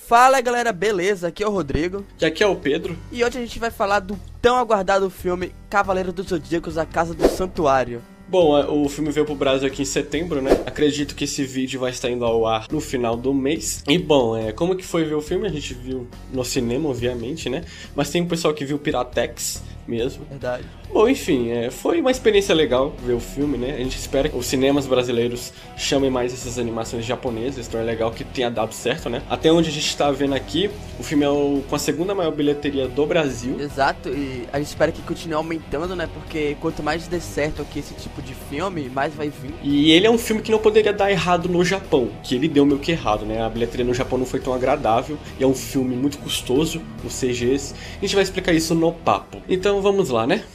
Fala galera, beleza? Aqui é o Rodrigo. E aqui é o Pedro. E hoje a gente vai falar do tão aguardado filme Cavaleiro dos Zodíacos, A Casa do Santuário. Bom, o filme veio pro Brasil aqui em setembro, né? Acredito que esse vídeo vai estar indo ao ar no final do mês. E bom, como que foi ver o filme? A gente viu no cinema, obviamente, né? Mas tem um pessoal que viu Piratex mesmo. Verdade. Bom, enfim, foi uma experiência legal ver o filme, né? A gente espera que os cinemas brasileiros chamem mais essas animações japonesas, então é legal que tenha dado certo, né? Até onde a gente tá vendo aqui, o filme é com a segunda maior bilheteria do Brasil. Exato, e a gente espera que continue aumentando, né? Porque quanto mais der certo aqui esse tipo de filme, mais vai vir. E ele é um filme que não poderia dar errado no Japão, que ele deu meio que errado, né? A bilheteria no Japão não foi tão agradável, e é um filme muito custoso, os CGs. A gente vai explicar isso no papo. Então vamos lá, né?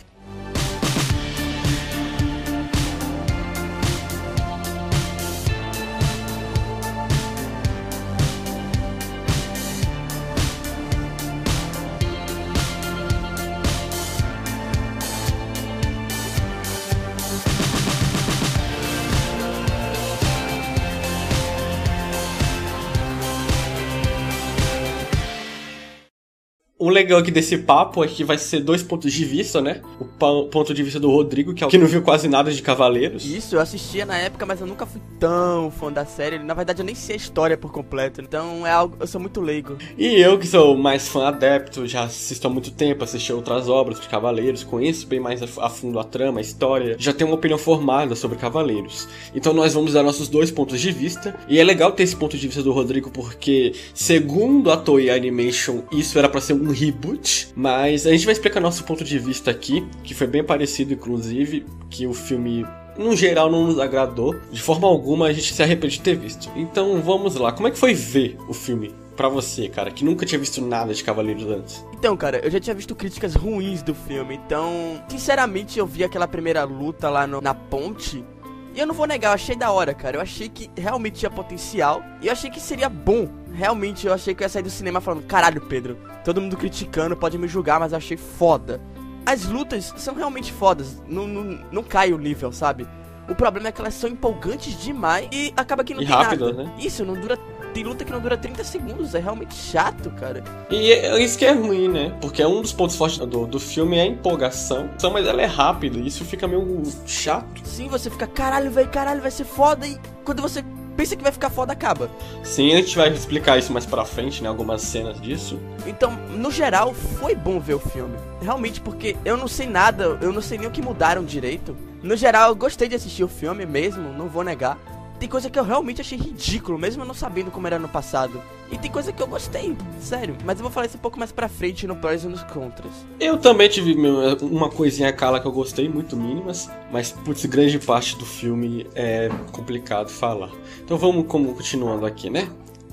O legal aqui desse papo é que vai ser dois pontos de vista, né? O ponto de vista do Rodrigo, que não viu quase nada de Cavaleiros. Isso, eu assistia na época, mas eu nunca fui tão fã da série. Na verdade, eu nem sei a história por completo. Então, eu sou muito leigo. E eu, que sou mais fã adepto, já assisto há muito tempo, assisti outras obras de Cavaleiros, conheço bem mais a fundo a trama, a história, já tenho uma opinião formada sobre Cavaleiros. Então nós vamos dar nossos dois pontos de vista. E é legal ter esse ponto de vista do Rodrigo, porque, segundo a Toei Animation, isso era pra ser um reboot, mas a gente vai explicar nosso ponto de vista aqui, que foi bem parecido, inclusive, que o filme, no geral, não nos agradou. De forma alguma, a gente se arrepende de ter visto. Então, vamos lá. Como é que foi ver o filme pra você, cara, que nunca tinha visto nada de Cavaleiros antes? Então, cara, eu já tinha visto críticas ruins do filme, então, sinceramente, eu vi aquela primeira luta lá na ponte, e eu não vou negar, eu achei da hora, cara. Eu achei que realmente tinha potencial, e eu achei que seria bom. Realmente, eu achei que eu ia sair do cinema falando: caralho, Pedro, todo mundo criticando, pode me julgar, mas eu achei foda. As lutas são realmente fodas, não cai o nível, sabe? O problema é que elas são empolgantes demais e acaba que não e tem rápido, nada. Né? Isso, não dura... Tem luta que não dura 30 segundos, é realmente chato, cara. E isso que é ruim, né? Porque um dos pontos fortes do filme é a empolgação, mas ela é rápida e isso fica meio chato. Sim, você fica: caralho, vai ser foda, e quando você pensa que vai ficar foda, acaba. Sim, a gente vai explicar isso mais pra frente, né? Algumas cenas disso. Então, no geral, foi bom ver o filme. Realmente, porque eu não sei nada, eu não sei nem o que mudaram direito. No geral, eu gostei de assistir o filme mesmo, não vou negar. Tem coisa que eu realmente achei ridículo, mesmo eu não sabendo como era no passado. E tem coisa que eu gostei, sério. Mas eu vou falar isso um pouco mais pra frente, no prós e nos contras. Eu também tive uma coisinha cala que eu gostei, muito mínimas. Mas, putz, grande parte do filme é complicado falar. Então vamos continuando aqui, né?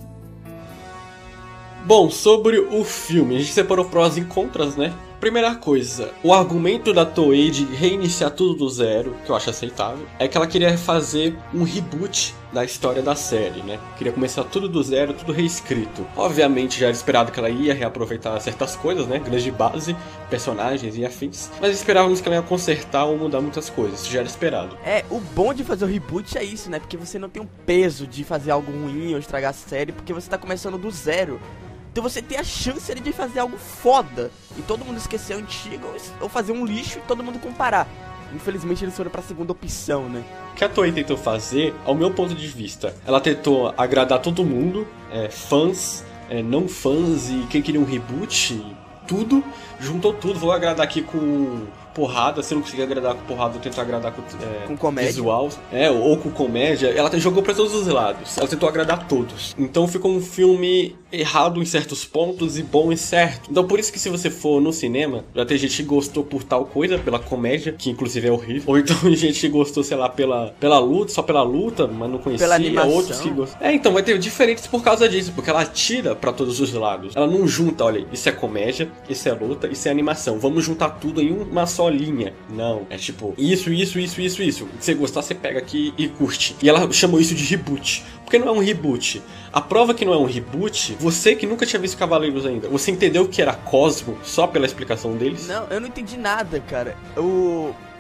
Bom, sobre o filme, a gente separou prós e contras, né? Primeira coisa, o argumento da Toei de reiniciar tudo do zero, que eu acho aceitável, é que ela queria fazer um reboot da história da série, né? Queria começar tudo do zero, tudo reescrito. Obviamente já era esperado que ela ia reaproveitar certas coisas, né? Grande base, personagens e afins. Mas esperávamos que ela ia consertar ou mudar muitas coisas, isso já era esperado. O bom de fazer o reboot é isso, né? Porque você não tem um peso de fazer algo ruim ou estragar a série, porque você tá começando do zero. Então você tem a chance de fazer algo foda e todo mundo esquecer o antigo, ou fazer um lixo e todo mundo comparar. Infelizmente eles foram pra segunda opção, né? O que a Toei tentou fazer, ao meu ponto de vista, ela tentou agradar todo mundo, fãs, não fãs e quem queria um reboot, tudo, juntou tudo. Vou agradar aqui com porrada, se não conseguir agradar com porrada, eu tento agradar com comédia. Visual, ou com comédia. Ela jogou pra todos os lados, ela tentou agradar todos. Então ficou um filme errado em certos pontos e bom em certo. Então por isso que se você for no cinema, já tem gente que gostou por tal coisa, pela comédia, que inclusive é horrível, ou então gente que gostou, sei lá, pela luta, só pela luta, mas não conhecia. Pela animação. Outros que gostam. Então vai ter diferentes por causa disso, porque ela tira pra todos os lados. Ela não junta, olha, isso é comédia, isso é luta, isso é animação, vamos juntar tudo em uma só linha. Não, é tipo, isso. Se você gostar, você pega aqui e curte. E ela chamou isso de reboot. Porque não é um reboot. A prova que não é um reboot, você que nunca tinha visto Cavaleiros ainda, você entendeu que era Cosmo só pela explicação deles? Não, eu não entendi nada, cara.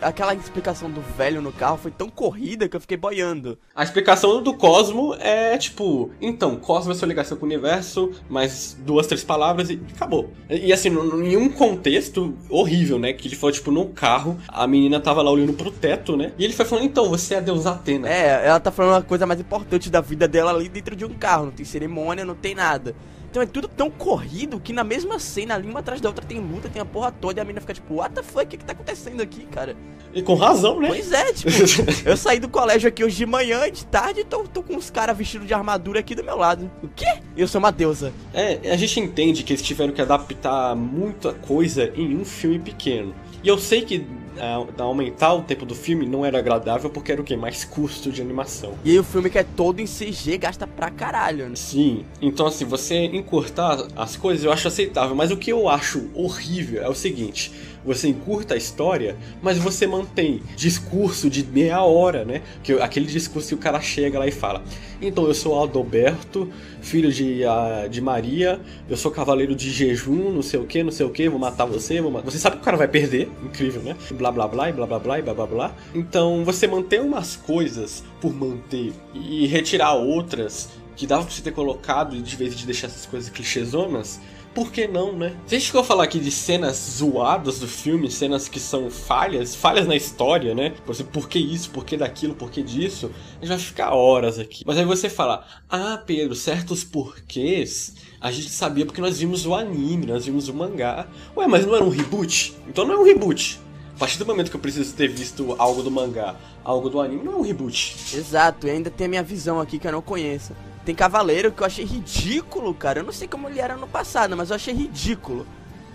aquela explicação do velho no carro foi tão corrida que eu fiquei boiando. A explicação do Cosmo é tipo, então, Cosmo é sua ligação com o universo, mais 2, 3 palavras e acabou. E assim, em um contexto horrível, né? Que ele falou, tipo, no carro, a menina tava lá olhando pro teto, né? E ele foi falando, então, você é a deusa Atena. É, ela tá falando a coisa mais importante da vida dela ali dentro de um carro. Não tem cerimônia, não tem nada. Então é tudo tão corrido que na mesma cena, ali uma atrás da outra, tem luta, tem a porra toda. E a menina fica tipo, what the fuck, o que tá acontecendo aqui, cara? E com razão, né? Pois é, tipo, eu saí do colégio aqui hoje de manhã e de tarde e tô com uns caras vestidos de armadura aqui do meu lado. O quê? Eu sou uma deusa. A gente entende que eles tiveram que adaptar muita coisa em um filme pequeno. E eu sei que aumentar o tempo do filme não era agradável porque era o quê? Mais custo de animação. E aí o filme que é todo em CG gasta pra caralho, né? Sim, então assim, você encurtar as coisas eu acho aceitável, mas o que eu acho horrível é o seguinte: você encurta a história, mas você mantém discurso de meia hora, né? Aquele discurso que o cara chega lá e fala: então eu sou Adalberto, filho de Maria, eu sou cavaleiro de jejum, não sei o que, vou matar você, Você sabe que o cara vai perder, incrível, né? Blá blá blá e blá blá blá e blá blá blá. Então você manter umas coisas por manter e retirar outras que dava pra você ter colocado de vez de deixar essas coisas clichêzonas, por que não, né? Se a gente for falar aqui de cenas zoadas do filme, cenas que são falhas na história, né? Por exemplo, por que isso, por que daquilo, por que disso, a gente vai ficar horas aqui. Mas aí você fala, Pedro, certos porquês a gente sabia porque nós vimos o anime, nós vimos o mangá. Ué, mas não era um reboot? Então não é um reboot. A partir do momento que eu preciso ter visto algo do mangá, algo do anime, não é um reboot. Exato, e ainda tem a minha visão aqui que eu não conheço. Tem Cavaleiro que eu achei ridículo, cara. Eu não sei como ele era no passado, mas eu achei ridículo.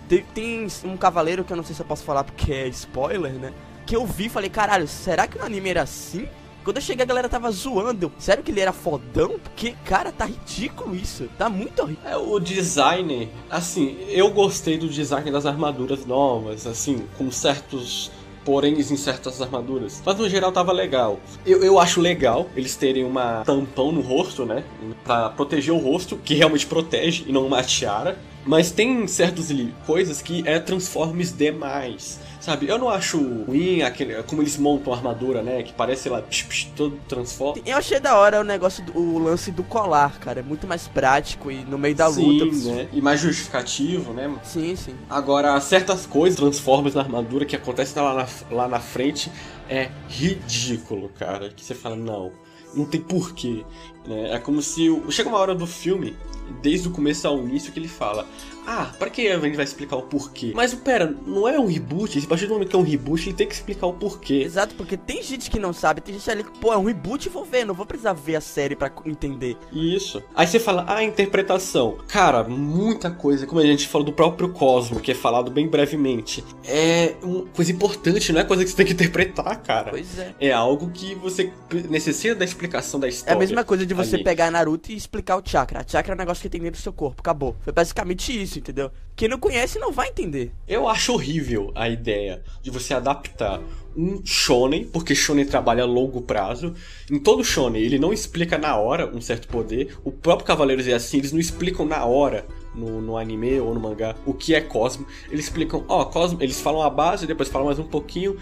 Tem um Cavaleiro que eu não sei se eu posso falar porque é spoiler, né? Que eu vi e falei, caralho, será que no anime era assim? Quando eu cheguei a galera tava zoando. Sério que ele era fodão? Porque, cara, tá ridículo isso. Tá muito horrível. O design, assim, eu gostei do design das armaduras novas, assim, com certos poréns em certas armaduras. Mas no geral tava legal. Eu acho legal eles terem uma tampão no rosto, né? Pra proteger o rosto, que realmente protege e não uma tiara. Mas tem certas coisas que Transformers demais. Sabe, eu não acho ruim como eles montam a armadura, né? Que parece lá, todo transforma. Eu achei da hora o lance do colar, cara. É muito mais prático e no meio da luta. Sim, né? E mais justificativo, né? Sim, sim. Agora, certas coisas, Transformers na armadura que acontecem lá na frente, é ridículo, cara. Que você fala, não tem porquê. Né? É como se... Chega uma hora do filme, desde o começo ao início, que ele fala... pra que a gente vai explicar o porquê? Mas, pera, não é um reboot? A partir do momento que é um reboot, ele tem que explicar o porquê. Exato, porque tem gente que não sabe, tem gente ali que, é um reboot, vou ver, não vou precisar ver a série pra entender. Isso. Aí você fala, interpretação. Cara, muita coisa, como a gente falou do próprio Cosmo, que é falado bem brevemente. É uma coisa importante, não é coisa que você tem que interpretar, cara. Pois é. É algo que você necessita da explicação da história. É a mesma coisa de você pegar Naruto e explicar o chakra. A chakra é um negócio que tem dentro do seu corpo, acabou. Foi basicamente isso, entendeu? Quem não conhece não vai entender. Eu acho horrível a ideia de você adaptar um shonen, porque shonen trabalha a longo prazo. Em todo shonen, ele não explica na hora um certo poder. O próprio Cavaleiros é assim, eles não explicam na hora no anime ou no mangá o que é Cosmo. Eles explicam, Cosmo, eles falam a base, depois falam mais um pouquinho.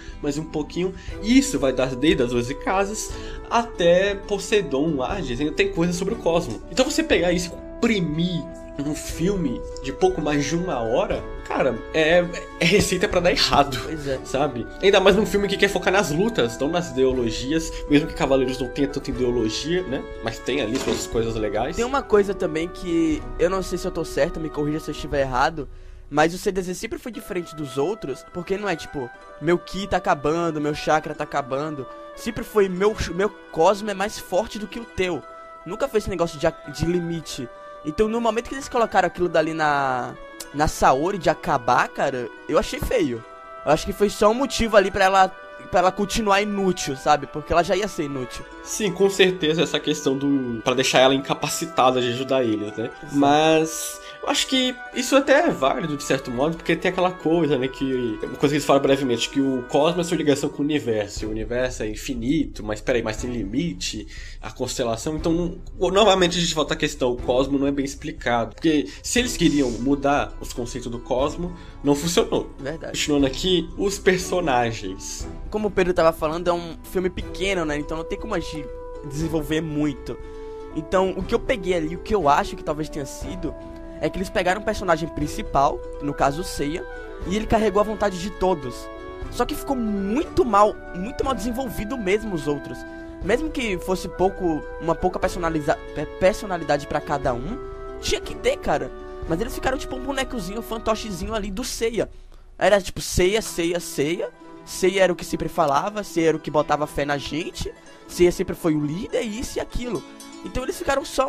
E isso vai dar desde as 12 casas até Poseidon, Hades, ainda tem coisa sobre o Cosmo. Então você pegar isso e comprimir um filme de pouco mais de 1 hora, cara, é receita pra dar errado, sabe? Ainda mais num filme que quer focar nas lutas, não nas ideologias, mesmo que Cavaleiros não tenha tanta ideologia, né? Mas tem ali suas coisas legais. Tem uma coisa também que, eu não sei se eu tô certo, me corrija se eu estiver errado, mas o CDZ sempre foi diferente dos outros, porque não é tipo, meu Ki tá acabando, meu chakra tá acabando, sempre foi meu Cosmo é mais forte do que o teu. Nunca fez esse negócio de limite. Então no momento que eles colocaram aquilo dali na Saori de acabar, cara, eu achei feio. Eu acho que foi só um motivo ali pra ela continuar inútil, sabe? Porque ela já ia ser inútil. Sim, com certeza essa questão pra deixar ela incapacitada de ajudar eles, né? Sim. Mas eu acho que isso até é válido de certo modo, porque tem aquela coisa, né, uma coisa que eles falam brevemente, que o Cosmo é sua ligação com o universo é infinito, mas peraí, mas tem limite, a constelação, então novamente a gente volta à questão, o Cosmo não é bem explicado, porque se eles queriam mudar os conceitos do Cosmo, não funcionou. Verdade. Continuando aqui, os personagens. como o Pedro tava falando, é um filme pequeno, né? Então não tem como a gente desenvolver muito. Então, o que eu peguei ali, o que eu acho que talvez tenha sido, é que eles pegaram um personagem principal, no caso o Seiya, e ele carregou a vontade de todos. Só que ficou muito mal desenvolvido mesmo os outros. Mesmo que fosse uma pouca personalidade pra cada um, tinha que ter, cara. Mas eles ficaram tipo um bonecozinho, um fantochezinho ali do Seiya. Era tipo Seiya, Seiya, Seiya. Seiya era o que sempre falava, Seiya era o que botava fé na gente, Seiya sempre foi o líder, isso e aquilo. Então eles ficaram só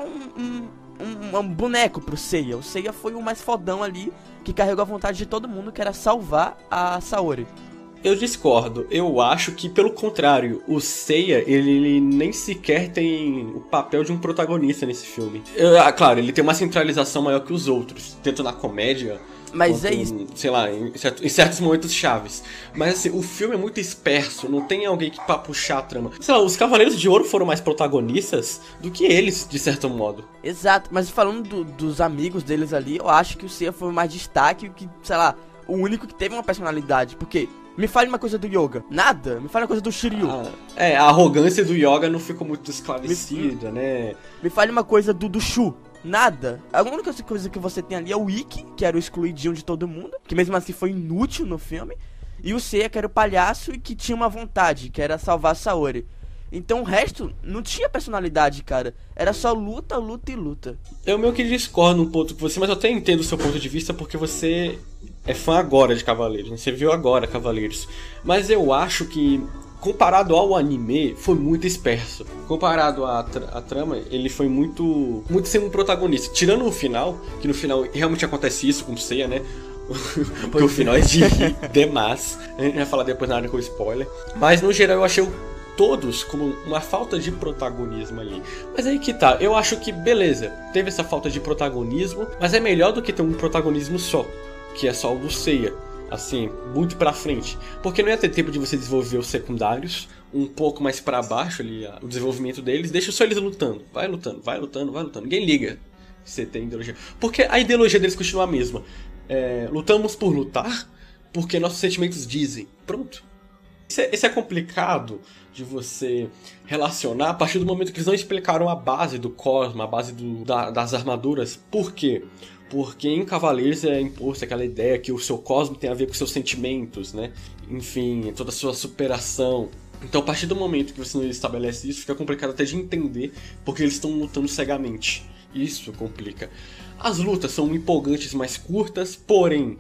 um boneco pro Seiya. O Seiya foi o mais fodão ali, que carregou a vontade de todo mundo, que era salvar a Saori. Eu discordo. Eu acho que, pelo contrário, o Seiya, ele nem sequer tem o papel de um protagonista nesse filme. Claro, ele tem uma centralização maior que os outros, tanto na comédia... Mas é isso. Sei lá, em certos momentos chaves. Mas assim, o filme é muito disperso, não tem alguém pra puxar a trama. Sei lá, os Cavaleiros de Ouro foram mais protagonistas do que eles, de certo modo. Exato, mas falando dos amigos deles ali, eu acho que o Seiya foi mais destaque, que, sei lá, o único que teve uma personalidade. Porque, me fale uma coisa do Yoga. Nada. Me fale uma coisa do Shiryu. A arrogância do Yoga não ficou muito esclarecida, né? Me fale uma coisa do Shu. Nada. A única coisa que você tem ali é o Ikki, que era o excluidinho de todo mundo, que mesmo assim foi inútil no filme. E o Seiya, que era o palhaço e que tinha uma vontade, que era salvar a Saori. Então o resto não tinha personalidade, cara. Era só luta, luta e luta. Eu meio que discordo um ponto com você, mas eu até entendo o seu ponto de vista, porque você é fã agora de Cavaleiros, você viu agora Cavaleiros. Mas eu acho que, comparado ao anime, foi muito disperso. Comparado à trama, ele foi muito sem um protagonista. Tirando o final, que no final realmente acontece isso com o Seiya, né? Porque o final é de rir demais. A gente vai falar depois na área com spoiler. Mas no geral eu achei todos como uma falta de protagonismo ali. Mas aí que tá, eu acho que beleza, teve essa falta de protagonismo, mas é melhor do que ter um protagonismo só, que é só o do Seiya. Assim, muito pra frente. Porque não ia ter tempo de você desenvolver os secundários um pouco mais pra baixo ali, o desenvolvimento deles. Deixa só eles lutando. Vai lutando, vai lutando, vai lutando. Ninguém liga se você tem ideologia. Porque a ideologia deles continua a mesma. Lutamos por lutar, porque nossos sentimentos dizem. Pronto. Isso é complicado de você relacionar a partir do momento que eles não explicaram a base do Cosmo, a base das armaduras. Por quê? Porque em Cavaleiros é imposto aquela ideia que o seu cosmo tem a ver com seus sentimentos, né? Enfim, toda a sua superação. Então, a partir do momento que você não estabelece isso, fica complicado até de entender porque eles estão lutando cegamente. Isso complica. As lutas são empolgantes, mais curtas, porém,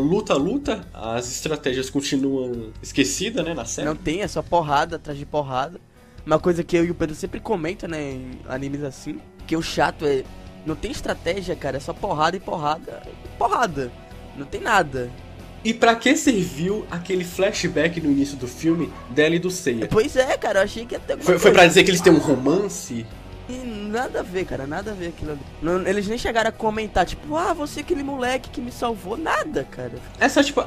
luta, as estratégias continuam esquecidas, né, na série. Não tem, é só porrada atrás de porrada. Uma coisa que eu e o Pedro sempre comentam, né, em animes assim, que o chato é... Não tem estratégia, cara, é só porrada e porrada. Porrada. Não tem nada. E pra que serviu aquele flashback no início do filme dela e do Seiya? Pois é, cara, eu achei que ia ter alguma coisa. Foi pra dizer que eles têm um romance? E nada a ver, cara, nada a ver aquilo ali. Não, eles nem chegaram a comentar, tipo, você aquele moleque que me salvou. Nada, cara. É só tipo,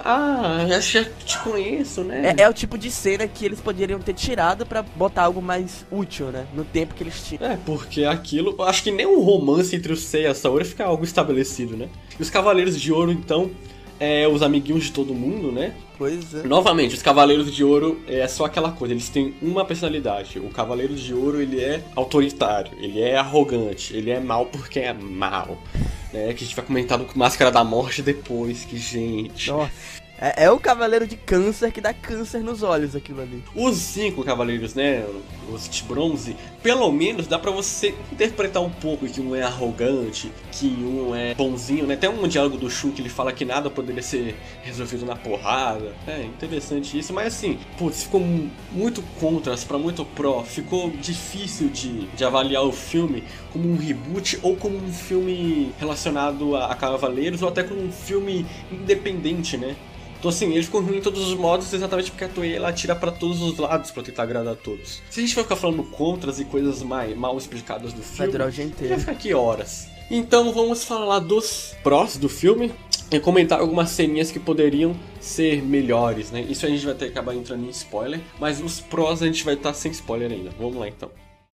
já te conheço, né? É o tipo de cena que eles poderiam ter tirado pra botar algo mais útil, né? No tempo que eles tinham. Porque aquilo, acho que nem um romance entre o Seiya e a Saori fica algo estabelecido, né? E os Cavaleiros de Ouro, então, os amiguinhos de todo mundo, né? Pois é. Novamente, os Cavaleiros de Ouro é só aquela coisa, eles têm uma personalidade. O Cavaleiro de Ouro, ele é autoritário, ele é arrogante, ele é mal porque é mal. Né? Que a gente vai comentar do Máscara da Morte depois, que gente... Nossa. É o Cavaleiro de Câncer que dá câncer nos olhos, aquilo ali. Os 5 Cavaleiros, né, os de bronze, pelo menos dá pra você interpretar um pouco que um é arrogante, que um é bonzinho, né? Tem um diálogo do Shun que ele fala que nada poderia ser resolvido na porrada. É interessante isso, mas assim, putz, ficou muito contras pra muito pró. Ficou difícil de avaliar o filme como um reboot ou como um filme relacionado a Cavaleiros ou até como um filme independente, né? Então assim, ele ficou ruim em todos os modos exatamente porque a Toei ela atira pra todos os lados pra tentar agradar a todos. Se a gente vai ficar falando contras e coisas mal explicadas do filme, vai durar o dia inteiro. Vai ficar aqui horas. Então vamos falar dos prós do filme e comentar algumas ceninhas que poderiam ser melhores, né? Isso a gente vai ter que acabar entrando em spoiler, mas os prós a gente vai estar sem spoiler ainda. Vamos lá então.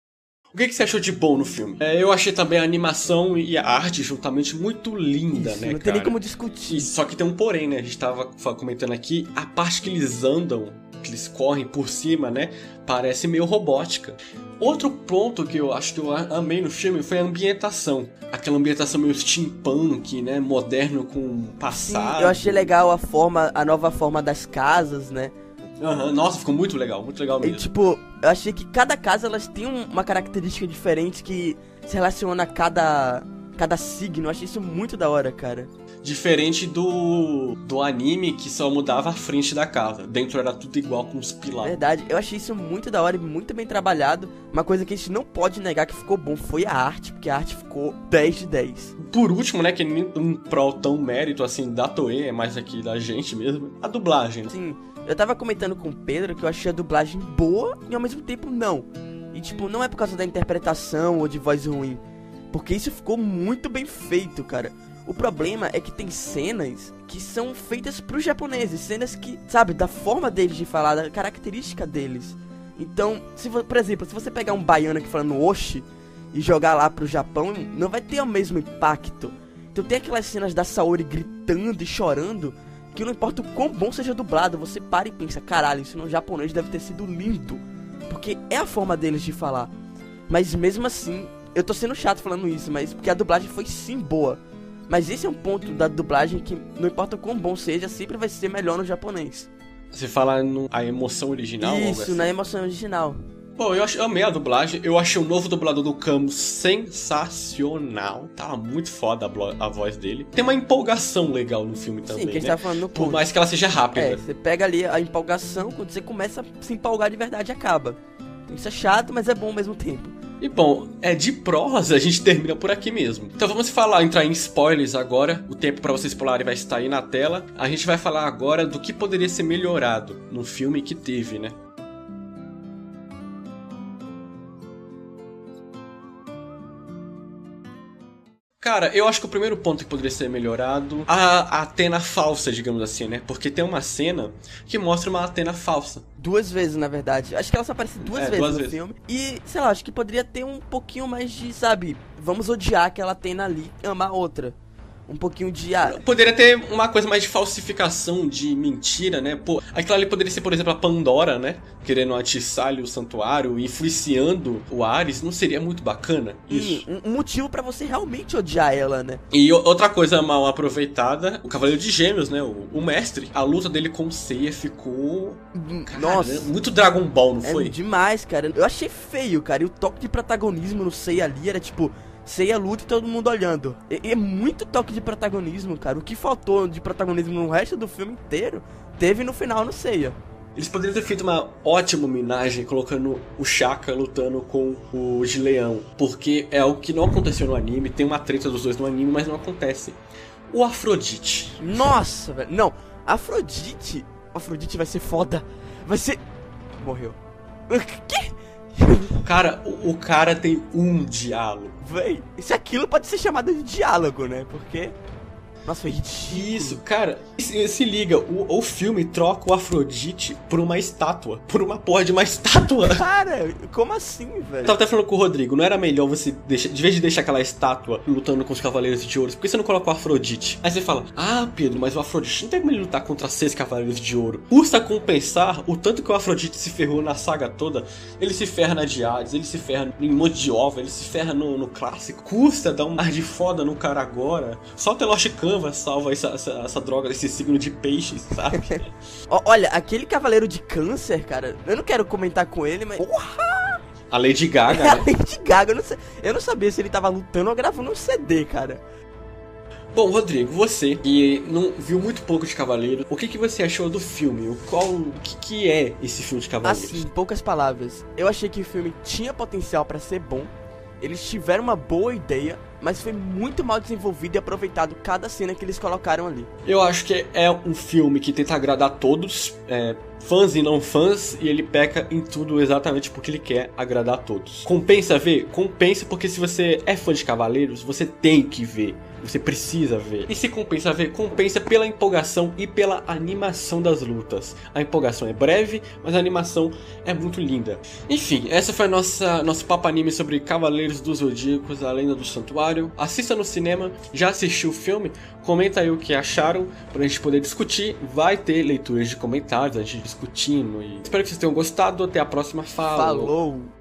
O que você achou de bom no filme? Eu achei também a animação e a arte juntamente muito linda, isso, né, não tem nem como discutir. Só que tem um porém, né? A gente tava comentando aqui, a parte que eles andam, que eles correm por cima, né? Parece meio robótica. Outro ponto que eu acho que eu amei no filme foi a ambientação. Aquela ambientação meio steampunk, né? Moderno com passado. Sim, eu achei legal a nova forma das casas, né? Nossa, ficou muito legal mesmo. E tipo, eu achei que cada casa elas tem uma característica diferente que se relaciona a cada signo. Eu achei isso muito da hora, cara. Diferente do anime que só mudava a frente da casa. Dentro era tudo igual com os pilares. Verdade, eu achei isso muito da hora e muito bem trabalhado. Uma coisa que a gente não pode negar que ficou bom foi a arte, porque a arte ficou 10 de 10. Por último, né, que nem um prol tão mérito assim da Toei, é mais aqui da gente mesmo, a dublagem. Né? Sim, eu tava comentando com o Pedro que eu achei a dublagem boa e ao mesmo tempo não. E tipo, não é por causa da interpretação ou de voz ruim, porque isso ficou muito bem feito, cara. O problema é que tem cenas que são feitas pros japoneses, cenas que, sabe, da forma deles de falar, da característica deles. Então, por exemplo, se você pegar um baiano aqui falando oshi e jogar lá pro Japão, não vai ter o mesmo impacto. Então tem aquelas cenas da Saori gritando e chorando, que não importa o quão bom seja dublado, você para e pensa, caralho, isso no japonês deve ter sido lindo, porque é a forma deles de falar. Mas mesmo assim, eu tô sendo chato falando isso, mas porque a dublagem foi sim boa. Mas esse é um ponto da dublagem que, não importa o quão bom seja, sempre vai ser melhor no japonês. Você fala a emoção original? Isso, assim? na emoção original. Bom, eu amei a dublagem. Eu achei o novo dublador do Camus sensacional. Tava muito foda a voz dele. Tem uma empolgação legal no filme também, sim, que a gente né? tá falando no ponto. Por mais que ela seja rápida. Você pega ali a empolgação, quando você começa a se empolgar de verdade, acaba. Isso é chato, mas é bom ao mesmo tempo. E bom, de prosa a gente termina por aqui mesmo. Então vamos entrar em spoilers agora. O tempo pra vocês pularem vai estar aí na tela. A gente vai falar agora do que poderia ser melhorado no filme que teve, né? Cara, eu acho que o primeiro ponto que poderia ser melhorado, a Athena falsa, digamos assim, né? Porque tem uma cena que mostra uma Athena falsa. 2 vezes, na verdade. Acho que ela só aparece 2 vezes no filme. E, sei lá, acho que poderia ter um pouquinho mais de, sabe, vamos odiar aquela Athena ali e amar outra. Um pouquinho de... Poderia ter uma coisa mais de falsificação, de mentira, né? Pô, aquilo ali poderia ser, por exemplo, a Pandora, né? Querendo atiçar ali o santuário, influenciando o Ares. Não seria muito bacana isso? Um motivo pra você realmente odiar ela, né? E outra coisa mal aproveitada, o Cavaleiro de Gêmeos, né? O mestre, a luta dele com Seiya ficou... Nossa, caramba, muito Dragon Ball, não foi? É demais, cara. Eu achei feio, cara. E o toque de protagonismo no Seiya ali era tipo... Seiya luta e todo mundo olhando. E é muito toque de protagonismo, cara. O que faltou de protagonismo no resto do filme inteiro, teve no final no Seiya. Eles poderiam ter feito uma ótima homenagem colocando o Shaka lutando com o de Leão. Porque é algo que não aconteceu no anime. Tem uma treta dos dois no anime, mas não acontece. O Afrodite. Nossa, velho. Não, Afrodite vai ser foda. Vai ser... Morreu. Que? Cara, o cara tem um diálogo. Véi, se aquilo pode ser chamado de diálogo, né? Porque... Nossa, foi ridículo. Isso, cara, se liga, o filme troca o Afrodite por uma estátua. Por uma porra de uma estátua. Cara, como assim, velho? Tava até falando com o Rodrigo, não era melhor você deixar, de vez de deixar aquela estátua lutando com os Cavaleiros de Ouro, por que você não coloca o Afrodite? Aí você fala, Pedro, mas o Afrodite não tem como ele lutar contra 6 Cavaleiros de Ouro. Custa compensar o tanto que o Afrodite se ferrou na saga toda. Ele se ferra na de Hades, ele se ferra em um monte de ova, ele se ferra no clássico. Custa dar um ar de foda no cara agora. Só o Telosh Canva salva essa droga desse signo de peixes, sabe? Olha, aquele Cavaleiro de Câncer, cara, eu não quero comentar com ele, mas... Porra! A Lady Gaga, né? A Lady Gaga, eu não sabia se ele tava lutando ou gravando um CD, cara. Bom, Rodrigo, você que não viu muito pouco de Cavaleiros, o que você achou do filme? O que é esse filme de Cavaleiros? Assim, em poucas palavras, eu achei que o filme tinha potencial pra ser bom. Eles tiveram uma boa ideia, mas foi muito mal desenvolvido e aproveitado cada cena que eles colocaram ali. Eu acho que é um filme que tenta agradar todos, fãs e não fãs, e ele peca em tudo exatamente porque ele quer agradar a todos. Compensa ver? Compensa, porque se você é fã de Cavaleiros, você tem que ver Você precisa ver. E se compensa ver, compensa pela empolgação e pela animação das lutas. A empolgação é breve, mas a animação é muito linda. Enfim, essa foi a nosso papo anime sobre Cavaleiros dos Zodíacos, a Lenda do Santuário. Assista no cinema, já assistiu o filme? Comenta aí o que acharam pra gente poder discutir. Vai ter leituras de comentários, a gente discutindo. E espero que vocês tenham gostado. Até a próxima. Falou!